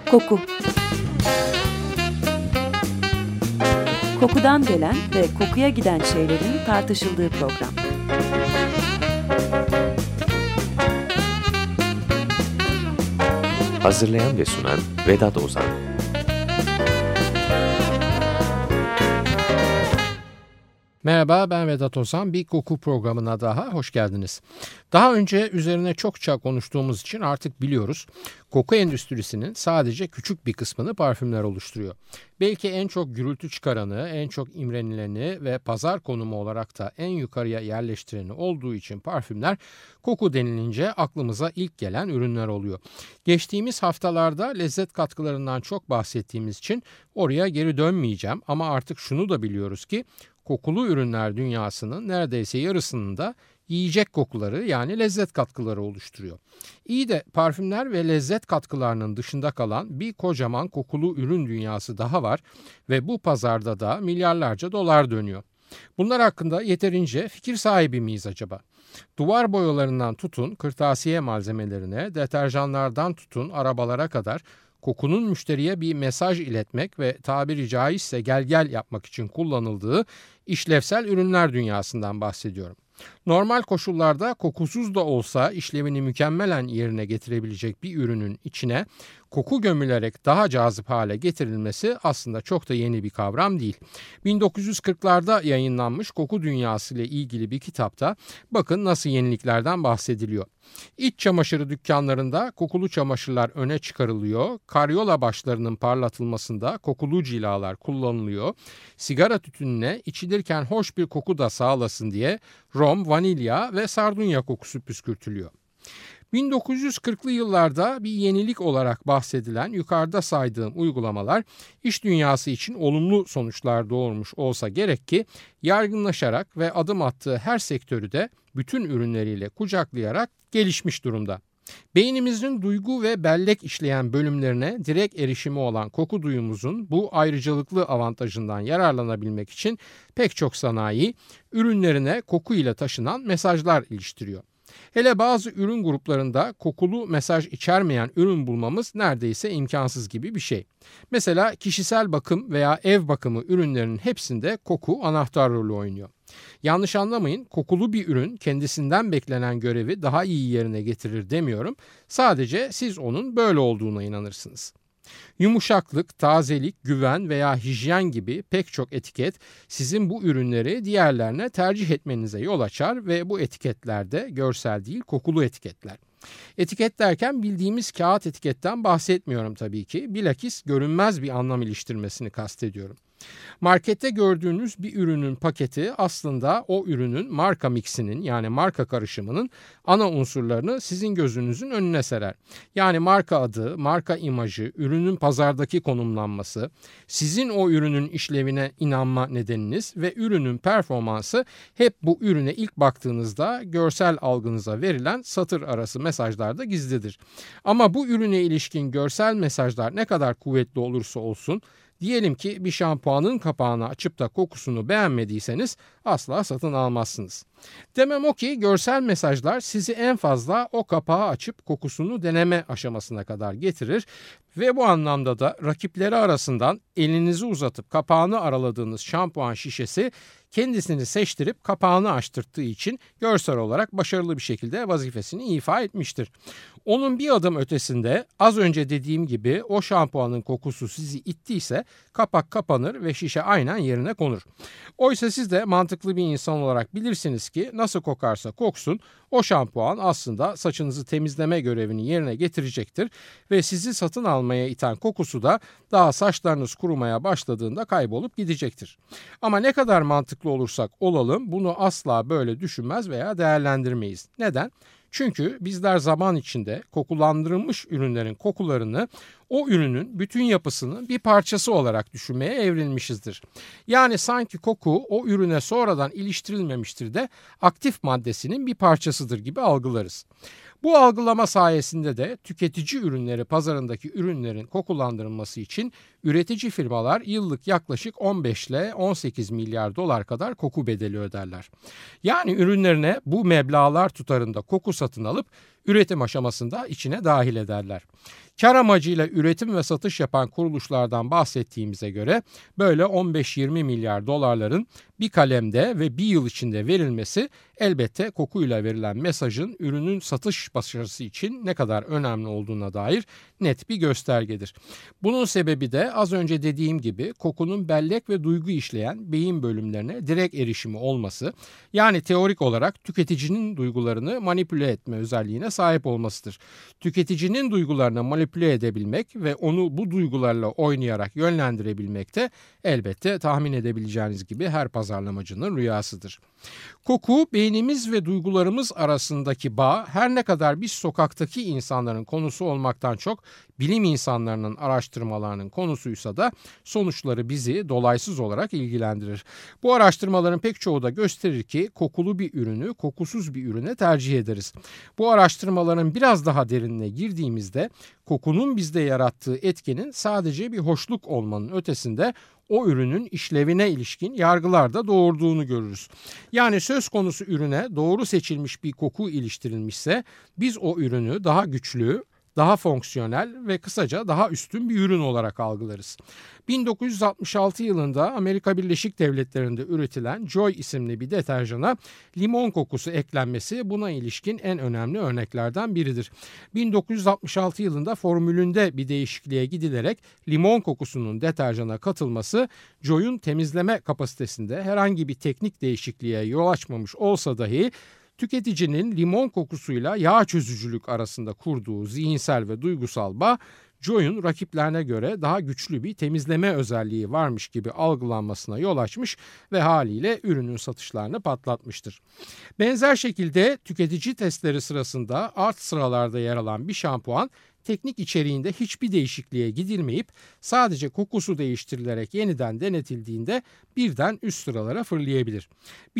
Koku. Kokudan gelen ve kokuya giden şeylerin tartışıldığı program. Hazırlayan ve sunan Vedat Ozan. Merhaba, ben Vedat Ozan. Bir koku programına daha hoş geldiniz. Daha önce üzerine çokça konuştuğumuz için artık biliyoruz. Koku endüstrisinin sadece küçük bir kısmını parfümler oluşturuyor. Belki en çok gürültü çıkaranı, en çok imrenileni ve pazar konumu olarak da en yukarıya yerleştireni olduğu için parfümler koku denilince aklımıza ilk gelen ürünler oluyor. Geçtiğimiz haftalarda lezzet katkılarından çok bahsettiğimiz için oraya geri dönmeyeceğim ama artık şunu da biliyoruz ki kokulu ürünler dünyasının neredeyse yarısının da yiyecek kokuları yani lezzet katkıları oluşturuyor. İyi de parfümler ve lezzet katkılarının dışında kalan bir kocaman kokulu ürün dünyası daha var ve bu pazarda da milyarlarca dolar dönüyor. Bunlar hakkında yeterince fikir sahibi miyiz acaba? Duvar boyalarından tutun kırtasiye malzemelerine, deterjanlardan tutun arabalara kadar kokunun müşteriye bir mesaj iletmek ve tabiri caizse gel gel yapmak için kullanıldığı işlevsel ürünler dünyasından bahsediyorum. Normal koşullarda kokusuz da olsa işlevini mükemmelen yerine getirebilecek bir ürünün içine koku gömülerek daha cazip hale getirilmesi aslında çok da yeni bir kavram değil. 1940'larda yayınlanmış koku dünyası ile ilgili bir kitapta bakın nasıl yeniliklerden bahsediliyor. İç çamaşırı dükkanlarında kokulu çamaşırlar öne çıkarılıyor, karyola başlarının parlatılmasında kokulu cilalar kullanılıyor, sigara tütününe içilirken hoş bir koku da sağlasın diye rom, vanilya ve sardunya kokusu püskürtülüyor. 1940'lı yıllarda bir yenilik olarak bahsedilen yukarıda saydığım uygulamalar iş dünyası için olumlu sonuçlar doğurmuş olsa gerek ki yaygınlaşarak ve adım attığı her sektörü de bütün ürünleriyle kucaklayarak gelişmiş durumda. Beynimizin duygu ve bellek işleyen bölümlerine direkt erişimi olan koku duyumuzun bu ayrıcalıklı avantajından yararlanabilmek için pek çok sanayi ürünlerine koku ile taşınan mesajlar iliştiriyor. Hele bazı ürün gruplarında kokulu mesaj içermeyen ürün bulmamız neredeyse imkansız gibi bir şey. Mesela kişisel bakım veya ev bakımı ürünlerinin hepsinde koku anahtar rolü oynuyor. Yanlış anlamayın, kokulu bir ürün kendisinden beklenen görevi daha iyi yerine getirir demiyorum. Sadece siz onun böyle olduğuna inanırsınız. Yumuşaklık, tazelik, güven veya hijyen gibi pek çok etiket sizin bu ürünleri diğerlerine tercih etmenize yol açar ve bu etiketler de görsel değil kokulu etiketler. Etiket derken bildiğimiz kağıt etiketten bahsetmiyorum tabii ki. Bilakis görünmez bir anlam iliştirmesini kastediyorum. Markette gördüğünüz bir ürünün paketi aslında o ürünün marka mixinin yani marka karışımının ana unsurlarını sizin gözünüzün önüne serer. Yani marka adı, marka imajı, ürünün pazardaki konumlanması, sizin o ürünün işlevine inanma nedeniniz ve ürünün performansı hep bu ürüne ilk baktığınızda görsel algınıza verilen satır arası mesajlarda gizlidir. Ama bu ürüne ilişkin görsel mesajlar ne kadar kuvvetli olursa olsun, diyelim ki bir şampuanın kapağını açıp da kokusunu beğenmediyseniz asla satın almazsınız. Demem o ki görsel mesajlar sizi en fazla o kapağı açıp kokusunu deneme aşamasına kadar getirir ve bu anlamda da rakipleri arasından elinizi uzatıp kapağını araladığınız şampuan şişesi kendisini seçtirip kapağını açtırttığı için görsel olarak başarılı bir şekilde vazifesini ifa etmiştir. Onun bir adım ötesinde az önce dediğim gibi o şampuanın kokusu sizi ittiyse kapak kapanır ve şişe aynen yerine konur. Oysa siz de mantıklı bir insan olarak bilirsiniz ki nasıl kokarsa koksun o şampuan aslında saçınızı temizleme görevini yerine getirecektir ve sizi satın almaya iten kokusu da daha saçlarınız kurumaya başladığında kaybolup gidecektir. Ama ne kadar mantıklı olursak olalım bunu asla böyle düşünmez veya değerlendirmeyiz. Neden? Çünkü bizler zaman içinde kokulandırılmış ürünlerin kokularını o ürünün bütün yapısının bir parçası olarak düşünmeye evrilmişizdir. Yani sanki koku o ürüne sonradan iliştirilmemiştir de aktif maddesinin bir parçasıdır gibi algılarız. Bu algılama sayesinde de tüketici ürünleri pazarındaki ürünlerin kokulandırılması için üretici firmalar yıllık yaklaşık 15 ile 18 milyar dolar kadar koku bedeli öderler. Yani ürünlerine bu meblağlar tutarında koku satın alıp üretim aşamasında içine dahil ederler. Kar amacıyla üretim ve satış yapan kuruluşlardan bahsettiğimize göre böyle 15-20 milyar dolarların bir kalemde ve bir yıl içinde verilmesi elbette kokuyla verilen mesajın ürünün satış başarısı için ne kadar önemli olduğuna dair net bir göstergedir. Bunun sebebi de az önce dediğim gibi kokunun bellek ve duygu işleyen beyin bölümlerine direkt erişimi olması, yani teorik olarak tüketicinin duygularını manipüle etme özelliğine sahip olmasıdır. Tüketicinin duygularını manipüle edebilmek ve onu bu duygularla oynayarak yönlendirebilmek de elbette tahmin edebileceğiniz gibi her pazarlamacının rüyasıdır. Koku, beynimiz ve duygularımız arasındaki bağ her ne kadar biz sokaktaki insanların konusu olmaktan çok bilim insanlarının araştırmalarının konusuysa da sonuçları bizi dolaysız olarak ilgilendirir. Bu araştırmaların pek çoğu da gösterir ki kokulu bir ürünü kokusuz bir ürüne tercih ederiz. Bu araştırmaların biraz daha derinine girdiğimizde kokunun bizde yarattığı etkenin sadece bir hoşluk olmanın ötesinde o ürünün işlevine ilişkin yargılar da doğurduğunu görürüz. Yani söz konusu ürüne doğru seçilmiş bir koku iliştirilmişse biz o ürünü daha güçlü, daha fonksiyonel ve kısaca daha üstün bir ürün olarak algılarız. 1966 yılında Amerika Birleşik Devletleri'nde üretilen Joy isimli bir deterjana limon kokusu eklenmesi buna ilişkin en önemli örneklerden biridir. 1966 yılında formülünde bir değişikliğe gidilerek limon kokusunun deterjana katılması Joy'un temizleme kapasitesinde herhangi bir teknik değişikliğe yol açmamış olsa dahi tüketicinin limon kokusuyla yağ çözücülük arasında kurduğu zihinsel ve duygusal bağ, Joy'un rakiplerine göre daha güçlü bir temizleme özelliği varmış gibi algılanmasına yol açmış ve haliyle ürünün satışlarını patlatmıştır. Benzer şekilde tüketici testleri sırasında alt sıralarda yer alan bir şampuan, teknik içeriğinde hiçbir değişikliğe gidilmeyip sadece kokusu değiştirilerek yeniden denetildiğinde birden üst sıralara fırlayabilir.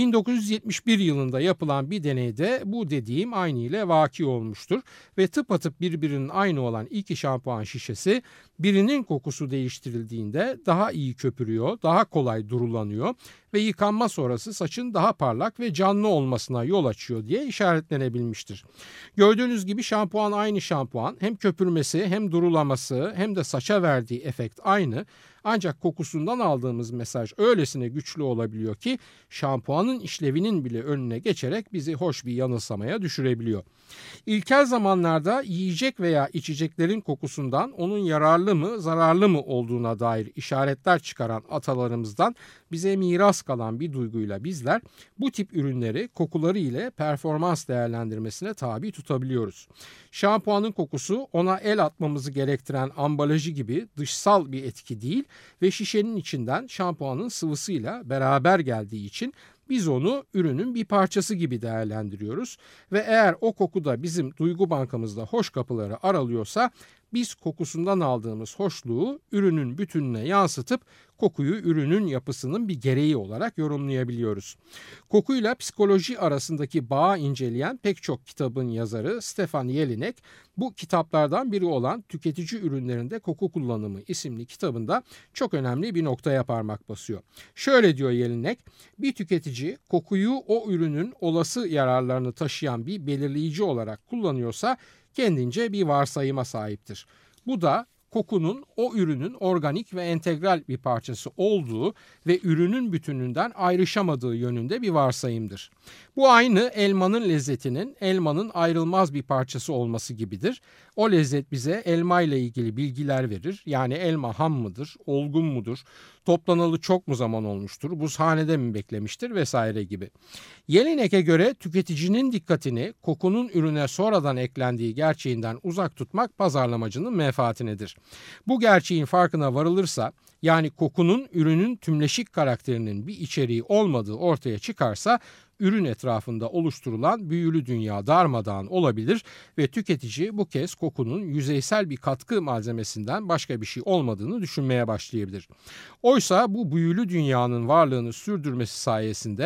1971 yılında yapılan bir deneyde bu dediğim aynı ile vaki olmuştur ve tıpatıp birbirinin aynı olan iki şampuan şişesi birinin kokusu değiştirildiğinde daha iyi köpürüyor, daha kolay durulanıyor ve yıkanma sonrası saçın daha parlak ve canlı olmasına yol açıyor diye işaretlenebilmiştir. Gördüğünüz gibi şampuan aynı şampuan, hem köpürmesi hem durulaması hem de saça verdiği efekt aynı. Ancak kokusundan aldığımız mesaj öylesine güçlü olabiliyor ki şampuanın işlevinin bile önüne geçerek bizi hoş bir yanılsamaya düşürebiliyor. İlkel zamanlarda yiyecek veya içeceklerin kokusundan onun yararlı mı, zararlı mı olduğuna dair işaretler çıkaran atalarımızdan bize miras kalan bir duyguyla bizler bu tip ürünleri kokuları ile performans değerlendirmesine tabi tutabiliyoruz. Şampuanın kokusu ona el atmamızı gerektiren ambalajı gibi dışsal bir etki değil ve şişenin içinden şampuanın sıvısıyla beraber geldiği için biz onu ürünün bir parçası gibi değerlendiriyoruz ve eğer o koku da bizim duygu bankamızda hoş kapıları aralıyorsa biz kokusundan aldığımız hoşluğu ürünün bütününe yansıtıp kokuyu ürünün yapısının bir gereği olarak yorumlayabiliyoruz. Kokuyla psikoloji arasındaki bağı inceleyen pek çok kitabın yazarı Stefan Jelinek, bu kitaplardan biri olan Tüketici Ürünlerinde Koku Kullanımı isimli kitabında çok önemli bir noktaya parmak basıyor. Şöyle diyor Jelinek, bir tüketici kokuyu o ürünün olası yararlarını taşıyan bir belirleyici olarak kullanıyorsa kendince bir varsayıma sahiptir. Bu da kokunun o ürünün organik ve entegral bir parçası olduğu ve ürünün bütününden ayrışamadığı yönünde bir varsayımdır. Bu aynı elmanın lezzetinin elmanın ayrılmaz bir parçası olması gibidir. O lezzet bize elma ile ilgili bilgiler verir. Yani elma ham mıdır, olgun mudur, toplanalı çok mu zaman olmuştur, buzhanede mi beklemiştir vesaire gibi. Jelinek'e göre tüketicinin dikkatini kokunun ürüne sonradan eklendiği gerçeğinden uzak tutmak pazarlamacının menfaatinedir. Bu gerçeğin farkına varılırsa, yani kokunun ürünün tümleşik karakterinin bir içeriği olmadığı ortaya çıkarsa ürün etrafında oluşturulan büyülü dünya darmadağın olabilir ve tüketici bu kez kokunun yüzeysel bir katkı malzemesinden başka bir şey olmadığını düşünmeye başlayabilir. Oysa bu büyülü dünyanın varlığını sürdürmesi sayesinde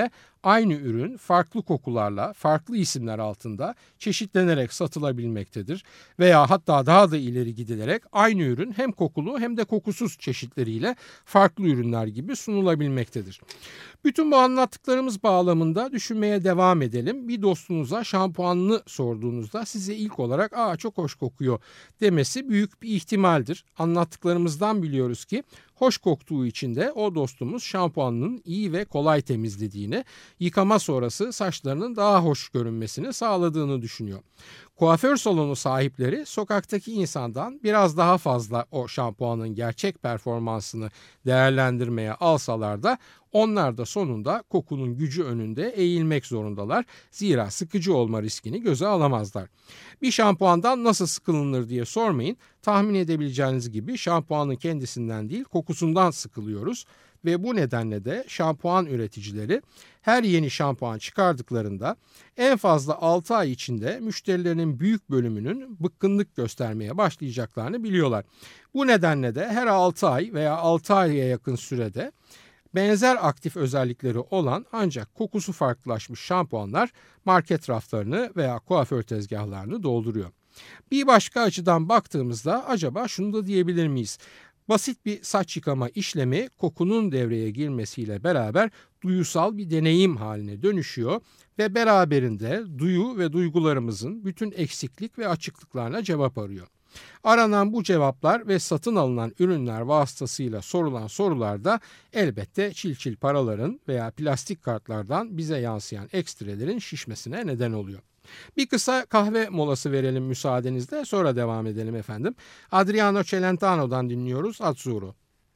aynı ürün farklı kokularla, farklı isimler altında çeşitlenerek satılabilmektedir. Veya hatta daha da ileri gidilerek aynı ürün hem kokulu hem de kokusuz çeşitleriyle farklı ürünler gibi sunulabilmektedir. Bütün bu anlattıklarımız bağlamında düşünmeye devam edelim. Bir dostunuza şampuanını sorduğunuzda size ilk olarak çok hoş kokuyor demesi büyük bir ihtimaldir. Anlattıklarımızdan biliyoruz ki hoş koktuğu için de o dostumuz şampuanının iyi ve kolay temizlediğini, yıkama sonrası saçlarının daha hoş görünmesini sağladığını düşünüyor. Kuaför salonu sahipleri sokaktaki insandan biraz daha fazla o şampuanın gerçek performansını değerlendirmeye alsalar da onlar da sonunda kokunun gücü önünde eğilmek zorundalar. Zira sıkıcı olma riskini göze alamazlar. Bir şampuandan nasıl sıkılınır diye sormayın. Tahmin edebileceğiniz gibi şampuanın kendisinden değil kokusundan sıkılıyoruz. Ve bu nedenle de şampuan üreticileri her yeni şampuan çıkardıklarında en fazla 6 ay içinde müşterilerinin büyük bölümünün bıkkınlık göstermeye başlayacaklarını biliyorlar. Bu nedenle de her 6 ay veya 6 aya yakın sürede benzer aktif özellikleri olan ancak kokusu farklılaşmış şampuanlar market raflarını veya kuaför tezgahlarını dolduruyor. Bir başka açıdan baktığımızda acaba şunu da diyebilir miyiz? Basit bir saç yıkama işlemi kokunun devreye girmesiyle beraber duyusal bir deneyim haline dönüşüyor ve beraberinde duyu ve duygularımızın bütün eksiklik ve açıklıklarına cevap arıyor. Aranan bu cevaplar ve satın alınan ürünler vasıtasıyla sorulan sorularda elbette çil paraların veya plastik kartlardan bize yansıyan ekstrelerin şişmesine neden oluyor. Bir kısa kahve molası verelim müsaadenizle, sonra devam edelim efendim. Adriano Celentano'dan dinliyoruz Azzurro.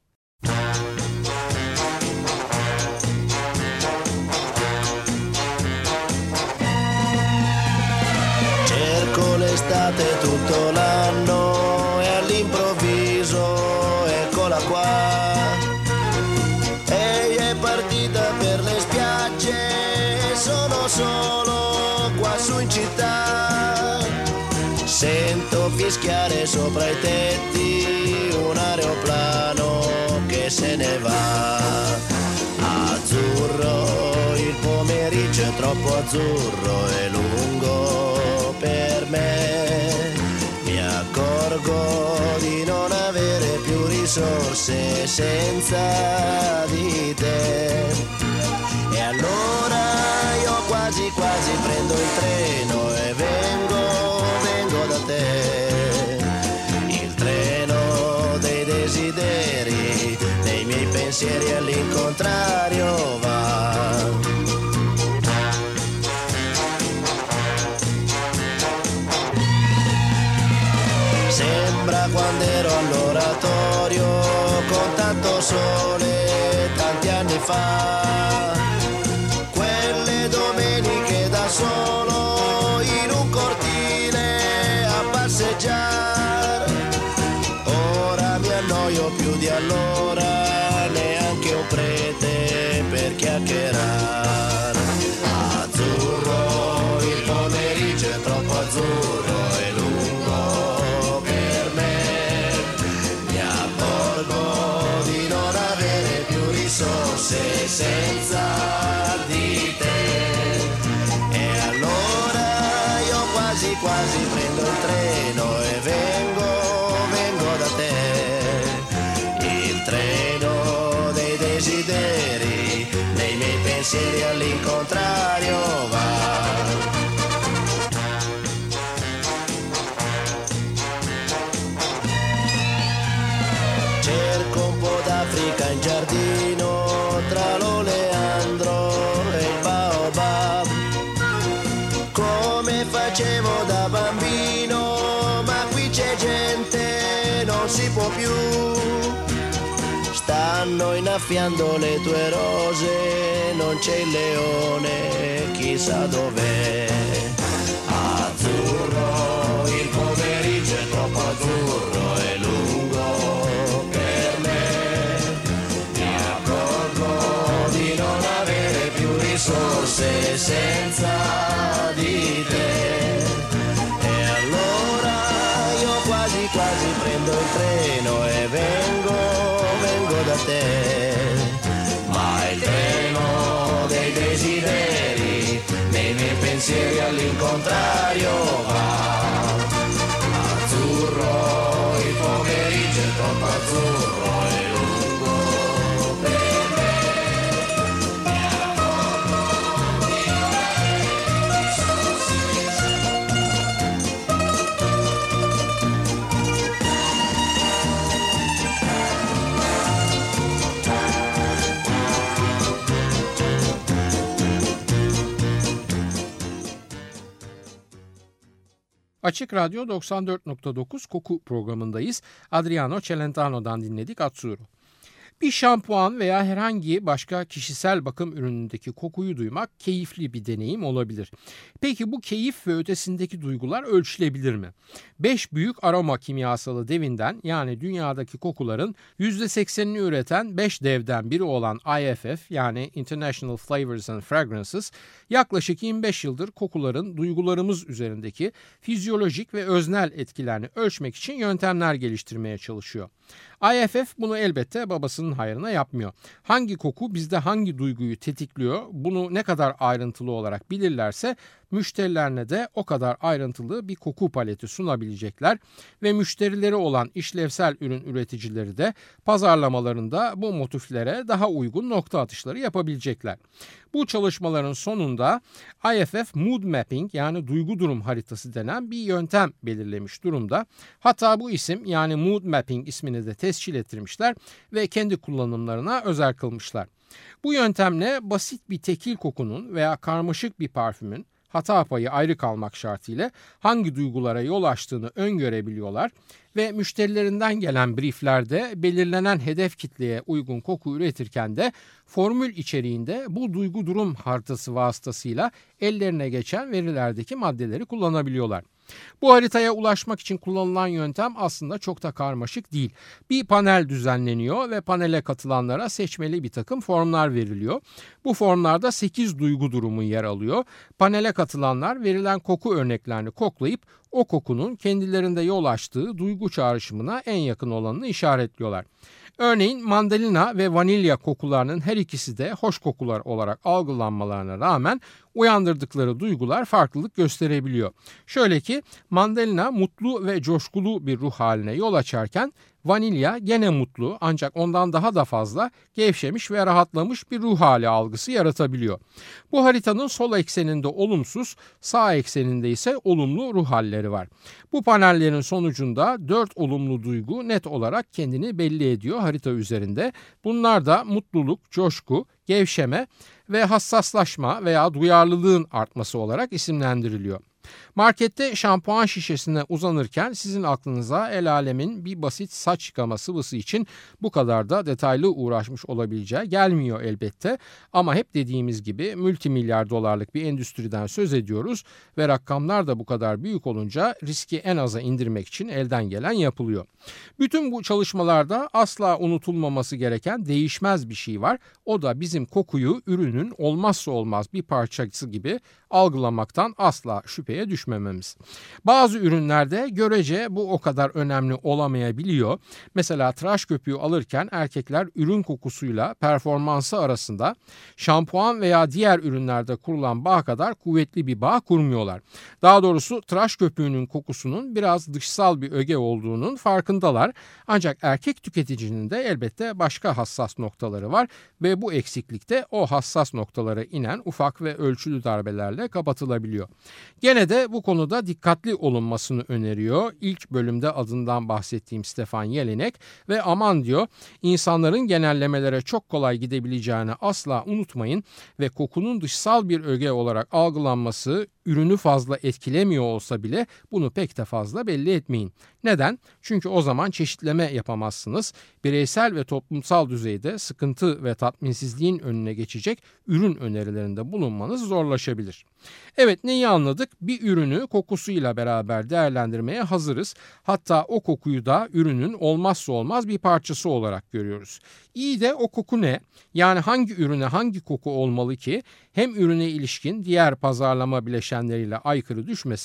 Cerco l'estate tutto l'anno e all'improvviso eccola qua. Ehi è partita per le spiagge e sono solo qua su in città. Sento fischiare sopra i tetti un aeroplano che se ne va. Azzurro, il pomeriggio è troppo azzurro e lungo per me. Mi accorgo di non avere più risorse senza di te. E allora io quasi prendo il treno e vengo da te. Il treno dei desideri, dei miei pensieri all'incontrario va. Sembra quando ero all'oratorio con tanto sole tanti anni fa. Quelle domeniche da solo in un cortile a passeggiare. Ora mi annoio più di allora, neanche un prete per chiacchierare. Azzurro, il pomeriggio è troppo azzurro e lungo per me. Mi accorgo di non avere più risorse senza di te. E allora io quasi prendo il treno e vengo da te. Il treno dei desideri, nei miei pensieri all'incontrario va. Cerco un po' d'Africa in giardino tra l'oleandro e il baobab, come facevo da bambino, ma qui c'è gente, non si può più. Stanno innaffiando le tue rose, non c'è il leone, chissà dov'è. Azzurro, il pomeriggio è troppo azzurro e lungo per me. Mi accorgo di non avere più risorse senza di te. E allora io quasi prendo il treno e vengo da te. Ma il treno dei desideri desideri, nei miei pensieri all'incontrario va. Azzurro, il pomeriggio è troppo azzurro e lungo per me. Mi accorgo di averti sospesa. Açık Radyo 94.9 Koku programındayız. Adriano Celentano'dan dinledik Azzurro. Bir şampuan veya herhangi başka kişisel bakım ürünündeki kokuyu duymak keyifli bir deneyim olabilir. Peki bu keyif ve ötesindeki duygular ölçülebilir mi? 5 büyük aroma kimyasalı devinden, yani dünyadaki kokuların %80'ini üreten 5 devden biri olan IFF, yani International Flavors and Fragrances, yaklaşık 25 yıldır kokuların duygularımız üzerindeki fizyolojik ve öznel etkilerini ölçmek için yöntemler geliştirmeye çalışıyor. IFF bunu elbette babasının hayrına yapmıyor. Hangi koku bizde hangi duyguyu tetikliyor, bunu ne kadar ayrıntılı olarak bilirlerse müşterilerine de o kadar ayrıntılı bir koku paleti sunabilecekler ve müşterileri olan işlevsel ürün üreticileri de pazarlamalarında bu motiflere daha uygun nokta atışları yapabilecekler. Bu çalışmaların sonunda IFF Mood Mapping, yani duygu durum haritası denen bir yöntem belirlemiş durumda. Hatta bu isim, yani Mood Mapping ismini de tescil ettirmişler ve kendi kullanımlarına özel kılmışlar. Bu yöntemle basit bir tekil kokunun veya karmaşık bir parfümün hata payı ayrı kalmak şartıyla hangi duygulara yol açtığını öngörebiliyorlar ve müşterilerinden gelen brieflerde belirlenen hedef kitleye uygun koku üretirken de formül içeriğinde bu duygu durum haritası vasıtasıyla ellerine geçen verilerdeki maddeleri kullanabiliyorlar. Bu haritaya ulaşmak için kullanılan yöntem aslında çok da karmaşık değil. Bir panel düzenleniyor ve panele katılanlara seçmeli bir takım formlar veriliyor. Bu formlarda 8 duygu durumu yer alıyor. Panele katılanlar verilen koku örneklerini koklayıp o kokunun kendilerinde yol açtığı duygu çağrışımına en yakın olanını işaretliyorlar. Örneğin mandalina ve vanilya kokularının her ikisi de hoş kokular olarak algılanmalarına rağmen uyandırdıkları duygular farklılık gösterebiliyor. Şöyle ki mandalina mutlu ve coşkulu bir ruh haline yol açarken vanilya gene mutlu ancak ondan daha da fazla gevşemiş ve rahatlamış bir ruh hali algısı yaratabiliyor. Bu haritanın sol ekseninde olumsuz, sağ ekseninde ise olumlu ruh halleri var. Bu panellerin sonucunda 4 olumlu duygu net olarak kendini belli ediyor harita üzerinde. Bunlar da mutluluk, coşku, gevşeme ve hassaslaşma veya duyarlılığın artması olarak isimlendiriliyor. Markette şampuan şişesine uzanırken sizin aklınıza el alemin bir basit saç yıkama sıvısı için bu kadar da detaylı uğraşmış olabileceği gelmiyor elbette. Ama hep dediğimiz gibi multimilyar dolarlık bir endüstriden söz ediyoruz ve rakamlar da bu kadar büyük olunca riski en aza indirmek için elden gelen yapılıyor. Bütün bu çalışmalarda asla unutulmaması gereken değişmez bir şey var. O da bizim kokuyu ürünün olmazsa olmaz bir parçası gibi algılamaktan asla şüpheye düşmememiz. Bazı ürünlerde görece bu o kadar önemli olamayabiliyor. Mesela tıraş köpüğü alırken erkekler ürün kokusuyla performansı arasında şampuan veya diğer ürünlerde kurulan bağ kadar kuvvetli bir bağ kurmuyorlar. Daha doğrusu tıraş köpüğünün kokusunun biraz dışsal bir öge olduğunun farkındalar. Ancak erkek tüketicinin de elbette başka hassas noktaları var ve bu eksiklikte o hassas noktalara inen ufak ve ölçülü darbelerle kapatılabiliyor. Gene de bu konuda dikkatli olunmasını öneriyor. İlk bölümde adından bahsettiğim Stefan Jelinek ve aman diyor, insanların genellemelere çok kolay gidebileceğini asla unutmayın ve kokunun dışsal bir öge olarak algılanması ürünü fazla etkilemiyor olsa bile bunu pek de fazla belli etmeyin. Neden? Çünkü o zaman çeşitleme yapamazsınız. Bireysel ve toplumsal düzeyde sıkıntı ve tatminsizliğin önüne geçecek ürün önerilerinde bulunmanız zorlaşabilir. Evet, neyi anladık? Bir ürünü kokusuyla beraber değerlendirmeye hazırız. Hatta o kokuyu da ürünün olmazsa olmaz bir parçası olarak görüyoruz. İyi de o koku ne? Yani hangi ürüne hangi koku olmalı ki hem ürüne ilişkin diğer pazarlama bileşenleriyle aykırı düşmesin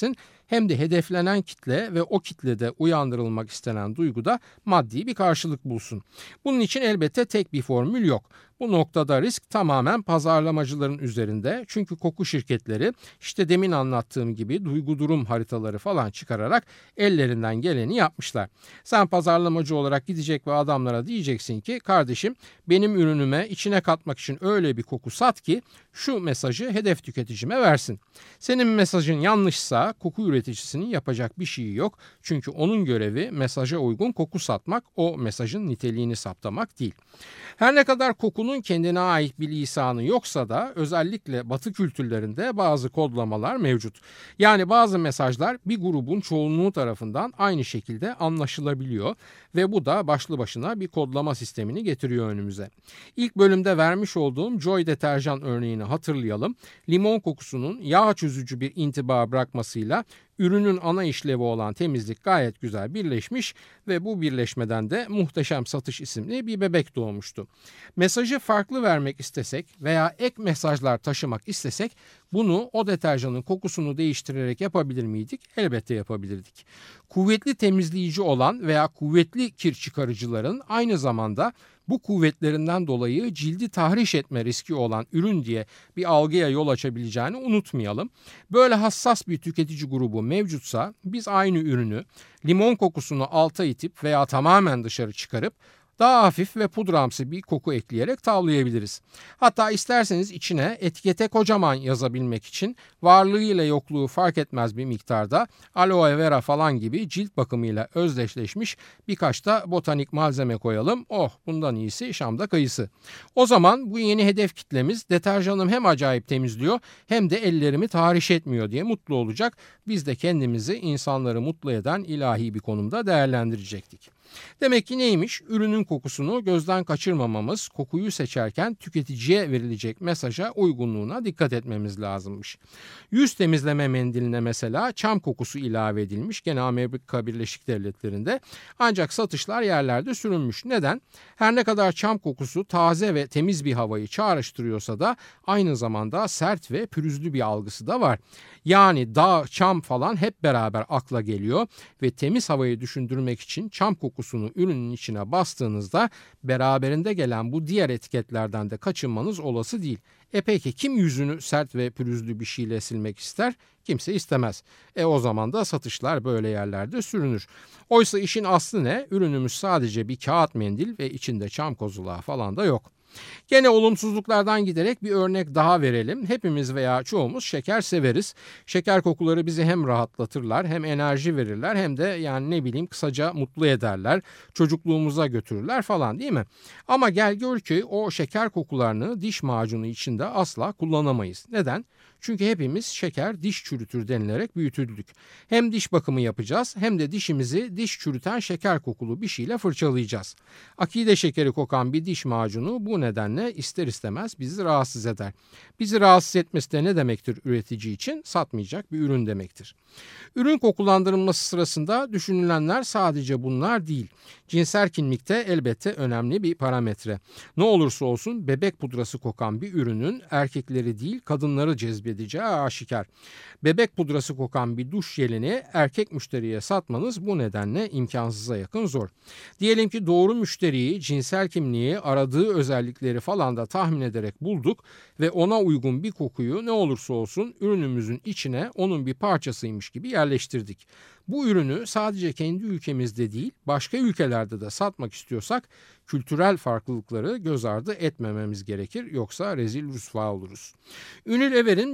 hem de hedeflenen kitle ve o kitlede uyandırılmak istenen duyguda maddi bir karşılık bulsun. Bunun için elbette tek bir formül yok. Bu noktada risk tamamen pazarlamacıların üzerinde. Çünkü koku şirketleri işte demin anlattığım gibi duygu durum haritaları falan çıkararak ellerinden geleni yapmışlar. Sen pazarlamacı olarak gidecek ve adamlara diyeceksin ki kardeşim benim ürünüme içine katmak için öyle bir koku sat ki şu mesajı hedef tüketicime versin. Senin mesajın yanlışsa koku üreticisinin yapacak bir şeyi yok. Çünkü onun görevi mesaja uygun koku satmak, o mesajın niteliğini saptamak değil. Her ne kadar kokunun kendine ait bir lisanı yoksa da özellikle Batı kültürlerinde bazı kodlamalar mevcut. Yani bazı mesajlar bir grubun çoğunluğu tarafından aynı şekilde anlaşılabiliyor ve bu da başlı başına bir kodlama sistemini getiriyor önümüze. İlk bölümde vermiş olduğum Joy deterjan örneğini hatırlayalım. Limon kokusunun yağ çözücü bir intiba bırakmasıyla ürünün ana işlevi olan temizlik gayet güzel birleşmiş ve bu birleşmeden de Muhteşem Satış isimli bir bebek doğmuştu. Mesajı farklı vermek istesek veya ek mesajlar taşımak istesek bunu o deterjanın kokusunu değiştirerek yapabilir miydik? Elbette yapabilirdik. Kuvvetli temizleyici olan veya kuvvetli kir çıkarıcıların aynı zamanda bu kuvvetlerinden dolayı cildi tahriş etme riski olan ürün diye bir algıya yol açabileceğini unutmayalım. Böyle hassas bir tüketici grubu mevcutsa biz aynı ürünü limon kokusunu alta itip veya tamamen dışarı çıkarıp daha hafif ve pudramsı bir koku ekleyerek tavlayabiliriz. Hatta isterseniz içine etikete kocaman yazabilmek için varlığıyla yokluğu fark etmez bir miktarda aloe vera falan gibi cilt bakımıyla özdeşleşmiş birkaç da botanik malzeme koyalım. Oh, bundan iyisi Şam'da kayısı. O zaman bu yeni hedef kitlemiz deterjanım hem acayip temizliyor hem de ellerimi tahriş etmiyor diye mutlu olacak. Biz de kendimizi insanları mutlu eden ilahi bir konumda değerlendirecektik. Demek ki neymiş? Ürünün kokusunu gözden kaçırmamamız, kokuyu seçerken tüketiciye verilecek mesaja uygunluğuna dikkat etmemiz lazımmış. Yüz temizleme mendiline mesela çam kokusu ilave edilmiş gene Amerika Birleşik Devletleri'nde, ancak satışlar yerlerde sürünmüş. Neden? Her ne kadar çam kokusu taze ve temiz bir havayı çağrıştırıyorsa da aynı zamanda sert ve pürüzlü bir algısı da var. Yani dağ, çam falan hep beraber akla geliyor ve temiz havayı düşündürmek için çam kokusunu ürünün içine bastığınızda beraberinde gelen bu diğer etiketlerden de kaçınmanız olası değil. Peki kim yüzünü sert ve pürüzlü bir şeyle silmek ister? Kimse istemez. O zaman da satışlar böyle yerlerde sürünür. Oysa işin aslı ne? Ürünümüz sadece bir kağıt mendil ve içinde çam kozulağı falan da yok. Gene olumsuzluklardan giderek bir örnek daha verelim. Hepimiz veya çoğumuz şeker severiz. Şeker kokuları bizi hem rahatlatırlar, hem enerji verirler, hem de kısaca mutlu ederler. Çocukluğumuza götürürler falan, değil mi? Ama gel gör ki o şeker kokularını diş macunu içinde asla kullanamayız. Neden? Çünkü hepimiz şeker diş çürütür denilerek büyütüldük. Hem diş bakımı yapacağız hem de dişimizi diş çürüten şeker kokulu bir şeyle fırçalayacağız. Akide şekeri kokan bir diş macunu bu nedenle ister istemez bizi rahatsız eder. Bizi rahatsız etmesi de ne demektir üretici için? Satmayacak bir ürün demektir. Ürün kokulandırılması sırasında düşünülenler sadece bunlar değil. Cinsel kimlikte elbette önemli bir parametre. Ne olursa olsun bebek pudrası kokan bir ürünün erkekleri değil kadınları cezbedeceği aşikar. Bebek pudrası kokan bir duş jelini erkek müşteriye satmanız bu nedenle imkansıza yakın zor. Diyelim ki doğru müşteriyi, cinsel kimliği, aradığı özellikleri falan da tahmin ederek bulduk ve ona uygun bir kokuyu ne olursa olsun ürünümüzün içine onun bir parçasıymış gibi yerleştirdik. Bu ürünü sadece kendi ülkemizde değil başka ülkelerde de satmak istiyorsak kültürel farklılıkları göz ardı etmememiz gerekir, yoksa rezil rüsva oluruz. Unilever'in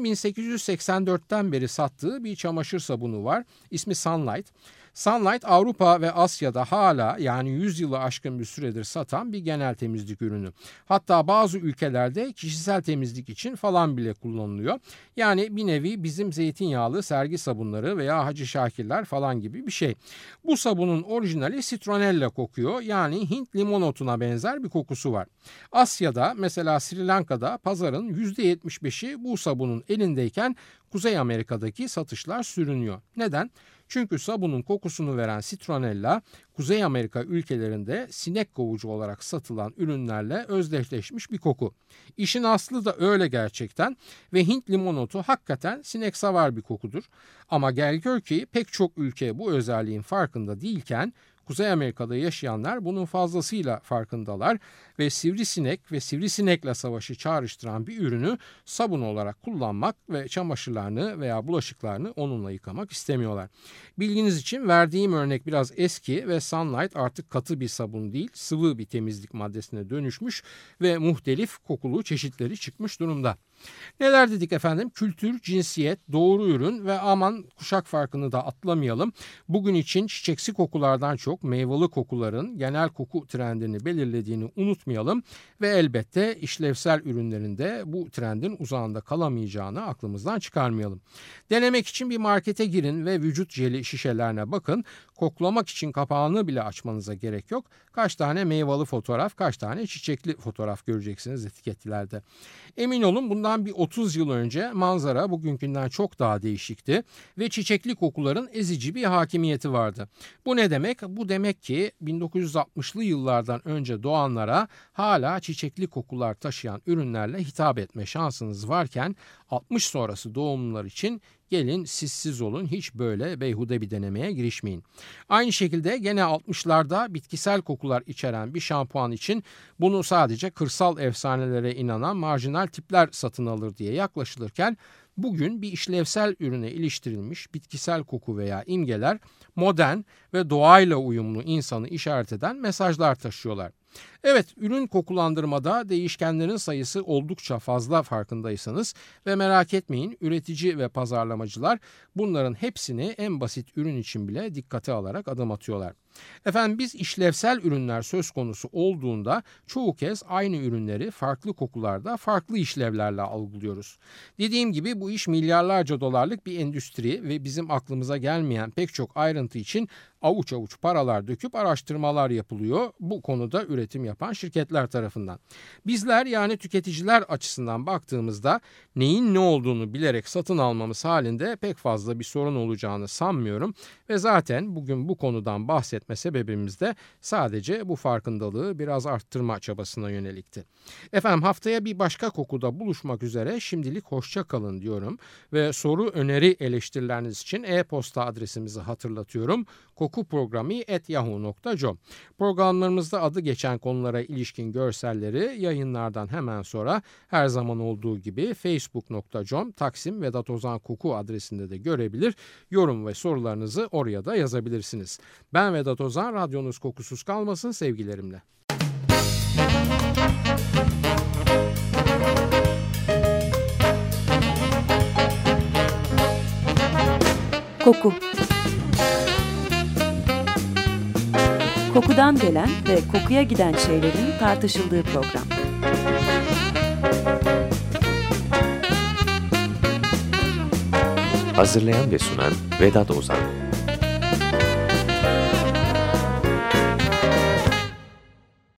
1884'ten beri sattığı bir çamaşır sabunu var. İsmi Sunlight. Sunlight Avrupa ve Asya'da hala 100 yılı aşkın bir süredir satan bir genel temizlik ürünü. Hatta bazı ülkelerde kişisel temizlik için falan bile kullanılıyor. Yani bir nevi bizim zeytinyağlı sergi sabunları veya Hacı Şakirler falan gibi bir şey. Bu sabunun orijinali citronella kokuyor. Yani Hint limon otuna benzer bir kokusu var. Asya'da mesela Sri Lanka'da pazarın %75'i bu sabunun elindeyken Kuzey Amerika'daki satışlar sürünüyor. Neden? Çünkü sabunun kokusunu veren citronella Kuzey Amerika ülkelerinde sinek kovucu olarak satılan ürünlerle özdeşleşmiş bir koku. İşin aslı da öyle gerçekten ve Hint limonotu hakikaten sinek savar bir kokudur. Ama gel gör ki pek çok ülke bu özelliğin farkında değilken Kuzey Amerika'da yaşayanlar bunun fazlasıyla farkındalar ve sivrisinek ve sivrisinekle savaşı çağrıştıran bir ürünü sabun olarak kullanmak ve çamaşırlarını veya bulaşıklarını onunla yıkamak istemiyorlar. Bilginiz için verdiğim örnek biraz eski ve Sunlight artık katı bir sabun değil, sıvı bir temizlik maddesine dönüşmüş ve muhtelif kokulu çeşitleri çıkmış durumda. Neler dedik efendim? Kültür, cinsiyet, doğru ürün ve aman kuşak farkını da atlamayalım. Bugün için çiçeksi kokulardan çok meyveli kokuların genel koku trendini belirlediğini unutmayalım ve elbette işlevsel ürünlerin de bu trendin uzağında kalamayacağını aklımızdan çıkarmayalım. Denemek için bir markete girin ve vücut jeli şişelerine bakın. Koklamak için kapağını bile açmanıza gerek yok. Kaç tane meyveli fotoğraf, kaç tane çiçekli fotoğraf göreceksiniz etiketlerde. Emin olun bundan bir 30 yıl önce manzara bugünkünden çok daha değişikti ve çiçekli kokuların ezici bir hakimiyeti vardı. Bu ne demek? Bu demek ki 1960'lı yıllardan önce doğanlara hala çiçekli kokular taşıyan ürünlerle hitap etme şansınız varken 60 sonrası doğumlular için gelin siz olun, hiç böyle beyhude bir denemeye girişmeyin. Aynı şekilde gene 60'larda bitkisel kokular içeren bir şampuan için bunu sadece kırsal efsanelere inanan marjinal tipler satın alır diye yaklaşılırken bugün bir işlevsel ürüne iliştirilmiş bitkisel koku veya imgeler modern ve doğayla uyumlu insanı işaret eden mesajlar taşıyorlar. Evet, ürün kokulandırmada değişkenlerin sayısı oldukça fazla farkındaysanız ve merak etmeyin, üretici ve pazarlamacılar bunların hepsini en basit ürün için bile dikkate alarak adım atıyorlar. Efendim biz işlevsel ürünler söz konusu olduğunda çoğu kez aynı ürünleri farklı kokularda farklı işlevlerle algılıyoruz. Dediğim gibi bu iş milyarlarca dolarlık bir endüstri ve bizim aklımıza gelmeyen pek çok ayrıntı için avuç avuç paralar döküp araştırmalar yapılıyor bu konuda üretim yapan şirketler tarafından. Bizler yani tüketiciler açısından baktığımızda neyin ne olduğunu bilerek satın almamız halinde pek fazla bir sorun olacağını sanmıyorum ve zaten bugün bu konudan bahsetme sebebimiz de sadece bu farkındalığı biraz arttırma çabasına yönelikti. Efendim haftaya bir başka kokuda buluşmak üzere, şimdilik hoşça kalın diyorum ve öneri eleştirileriniz için e-posta adresimizi hatırlatıyorum. kokuprogrami@yahoo.com. Programlarımızda adı geçen konulara ilişkin görselleri yayınlardan hemen sonra her zaman olduğu gibi facebook.com/Vedat Ozan Koku adresinde de görebilir. Yorum ve sorularınızı oraya da yazabilirsiniz. Ben Vedat Ozan, radyonuz kokusuz kalmasın sevgilerimle. Koku. Kokudan gelen ve kokuya giden şeylerin tartışıldığı program. Hazırlayan ve sunan Vedat Ozan.